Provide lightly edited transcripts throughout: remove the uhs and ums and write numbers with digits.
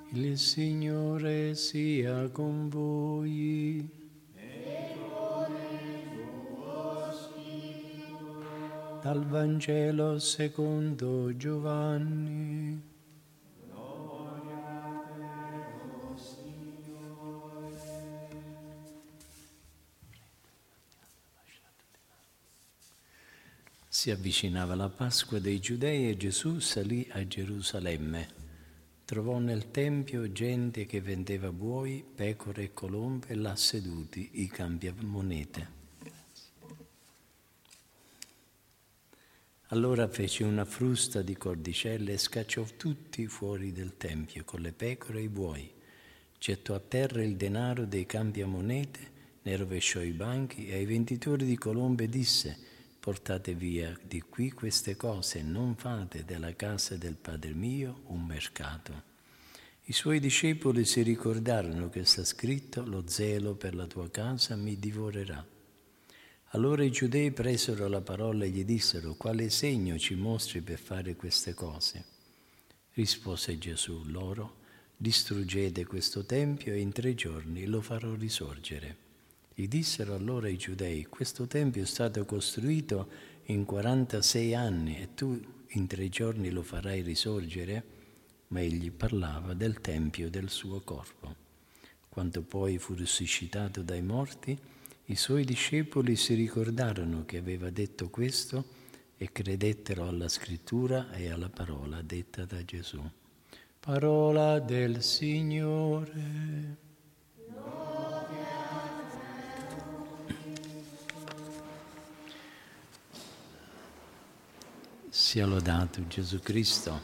Il Signore sia con voi. E con il tuo spirito. Dal Vangelo secondo Giovanni. Gloria a te, o Signore. Si avvicinava la Pasqua dei Giudei e Gesù salì a Gerusalemme. Trovò nel Tempio gente che vendeva buoi, pecore e colombe là seduti, i cambiamonete. Allora fece una frusta di cordicelle e scacciò tutti fuori del Tempio con le pecore e i buoi. Gettò a terra il denaro dei cambiamonete, ne rovesciò i banchi e ai venditori di colombe disse: portate via di qui queste cose, non fate della casa del Padre mio un mercato. I suoi discepoli si ricordarono che sta scritto: lo zelo per la tua casa mi divorerà. Allora i giudei presero la parola e gli dissero: quale segno ci mostri per fare queste cose? Rispose Gesù loro: distruggete questo tempio e in 3 giorni lo farò risorgere. Gli dissero allora i giudei: questo tempio è stato costruito in 46 anni e tu in 3 giorni lo farai risorgere? Ma egli parlava del tempio del suo corpo. Quando poi fu risuscitato dai morti, i suoi discepoli si ricordarono che aveva detto questo e credettero alla scrittura e alla parola detta da Gesù. Parola del Signore. Sia lodato Gesù Cristo.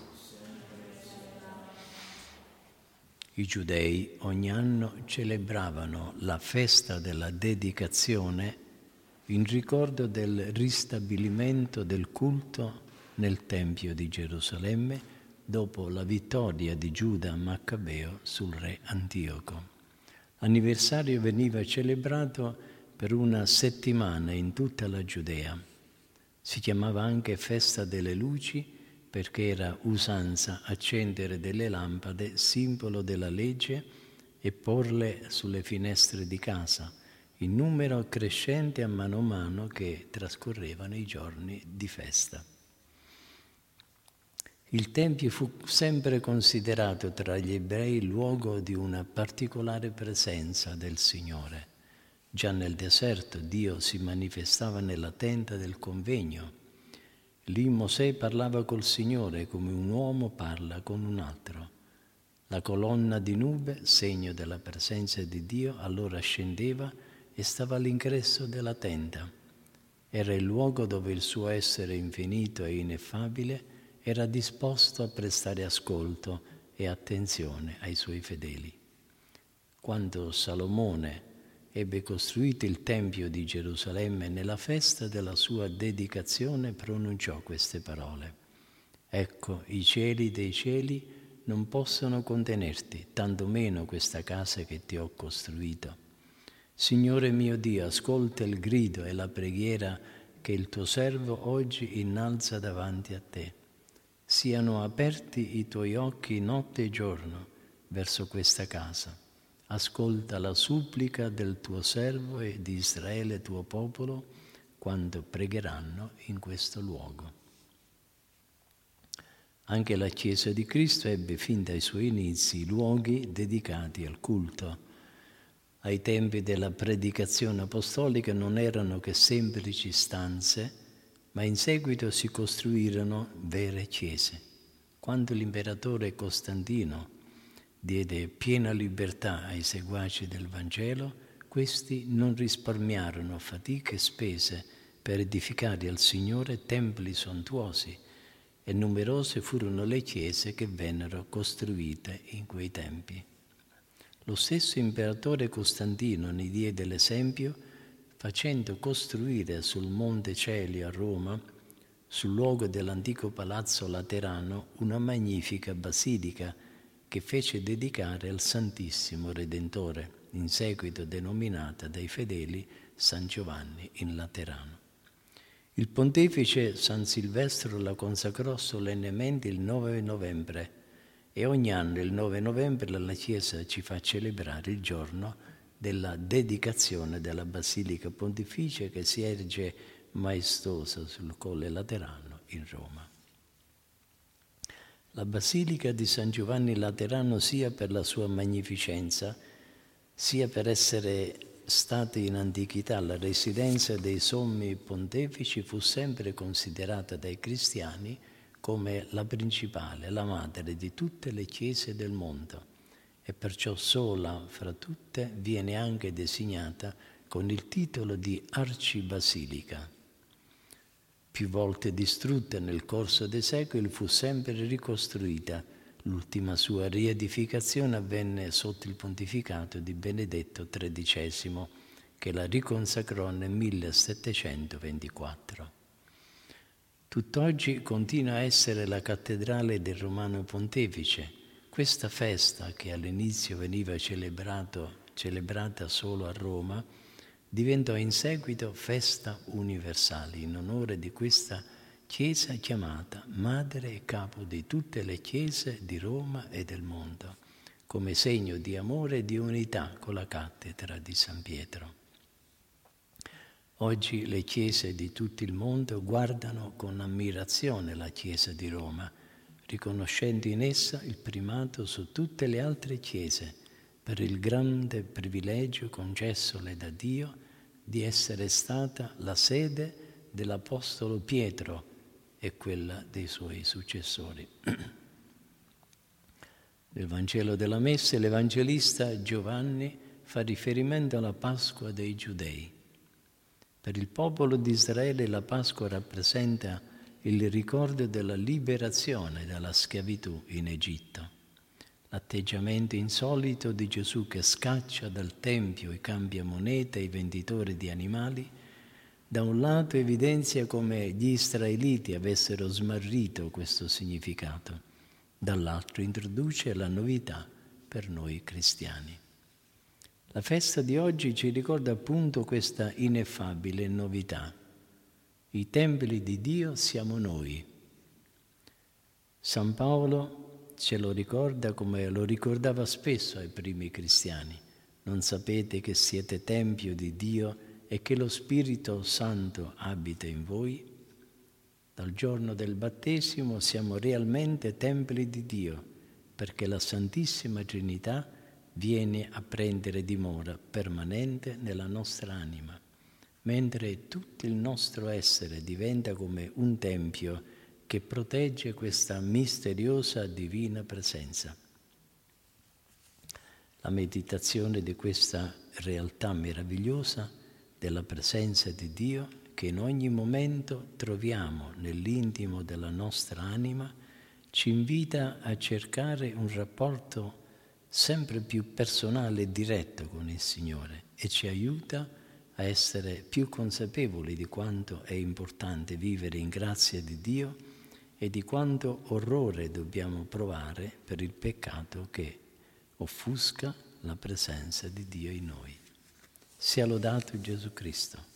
I giudei ogni anno celebravano la festa della dedicazione in ricordo del ristabilimento del culto nel Tempio di Gerusalemme dopo la vittoria di Giuda Maccabeo sul re Antioco. L'anniversario veniva celebrato per una settimana in tutta la Giudea. Si chiamava anche Festa delle Luci perché era usanza accendere delle lampade, simbolo della legge, e porle sulle finestre di casa, in numero crescente a mano che trascorrevano i giorni di festa. Il Tempio fu sempre considerato tra gli ebrei luogo di una particolare presenza del Signore. Già nel deserto Dio si manifestava nella tenda del convegno. Lì Mosè parlava col Signore come un uomo parla con un altro. La colonna di nube, segno della presenza di Dio, allora scendeva e stava all'ingresso della tenda. Era il luogo dove il suo essere infinito e ineffabile era disposto a prestare ascolto e attenzione ai suoi fedeli. Quando Salomone ebbe costruito il Tempio di Gerusalemme, nella festa della sua dedicazione pronunciò queste parole: ecco, i cieli dei cieli non possono contenerti, tanto meno questa casa che ti ho costruito. Signore mio Dio, ascolta il grido e la preghiera che il tuo servo oggi innalza davanti a te. Siano aperti i tuoi occhi notte e giorno verso questa casa. Ascolta la supplica del tuo servo e di Israele tuo popolo quando pregheranno in questo luogo. Anche la Chiesa di Cristo ebbe fin dai suoi inizi luoghi dedicati al culto. Ai tempi della predicazione apostolica non erano che semplici stanze, ma in seguito si costruirono vere chiese. Quando l'imperatore Costantino diede piena libertà ai seguaci del Vangelo, questi non risparmiarono fatiche e spese per edificare al Signore templi sontuosi, e numerose furono le chiese che vennero costruite in quei tempi. Lo stesso imperatore Costantino ne diede l'esempio facendo costruire sul Monte Celio a Roma, sul luogo dell'antico palazzo Laterano, una magnifica basilica che fece dedicare al Santissimo Redentore, in seguito denominata dai fedeli San Giovanni in Laterano. Il pontefice San Silvestro la consacrò solennemente il 9 novembre E ogni anno, il 9 novembre, la Chiesa ci fa celebrare il giorno della dedicazione della Basilica Pontificia che si erge maestosa sul Colle Laterano in Roma. La Basilica di San Giovanni Laterano, sia per la sua magnificenza, sia per essere stata in antichità la residenza dei sommi pontefici, fu sempre considerata dai cristiani come la principale, la madre di tutte le chiese del mondo, e perciò sola fra tutte viene anche designata con il titolo di arcibasilica. Più volte distrutta nel corso dei secoli, fu sempre ricostruita. L'ultima sua riedificazione avvenne sotto il pontificato di Benedetto XIII, che la riconsacrò nel 1724. Tutt'oggi continua a essere la cattedrale del Romano Pontefice. Questa festa, che all'inizio veniva celebrata solo a Roma, diventò in seguito festa universale in onore di questa Chiesa chiamata madre e capo di tutte le chiese di Roma e del mondo, come segno di amore e di unità con la cattedra di San Pietro. Oggi le chiese di tutto il mondo guardano con ammirazione la Chiesa di Roma, riconoscendo in essa il primato su tutte le altre chiese per il grande privilegio concessole da Dio di essere stata la sede dell'Apostolo Pietro e quella dei suoi successori. Nel Vangelo della Messa l'Evangelista Giovanni fa riferimento alla Pasqua dei Giudei. Per il popolo di Israele la Pasqua rappresenta il ricordo della liberazione dalla schiavitù in Egitto. L'atteggiamento insolito di Gesù che scaccia dal Tempio i cambiamonete e i venditori di animali, da un lato evidenzia come gli israeliti avessero smarrito questo significato, dall'altro introduce la novità per noi cristiani. La festa di oggi ci ricorda appunto questa ineffabile novità. I templi di Dio siamo noi. San Paolo ce lo ricorda come lo ricordava spesso ai primi cristiani. Non sapete che siete tempio di Dio e che lo Spirito Santo abita in voi? Dal giorno del battesimo siamo realmente templi di Dio, perché la Santissima Trinità viene a prendere dimora permanente nella nostra anima, mentre tutto il nostro essere diventa come un tempio che protegge questa misteriosa divina presenza. La meditazione di questa realtà meravigliosa della presenza di Dio che in ogni momento troviamo nell'intimo della nostra anima ci invita a cercare un rapporto sempre più personale e diretto con il Signore e ci aiuta a essere più consapevoli di quanto è importante vivere in grazia di Dio e di quanto orrore dobbiamo provare per il peccato che offusca la presenza di Dio in noi. Sia lodato Gesù Cristo.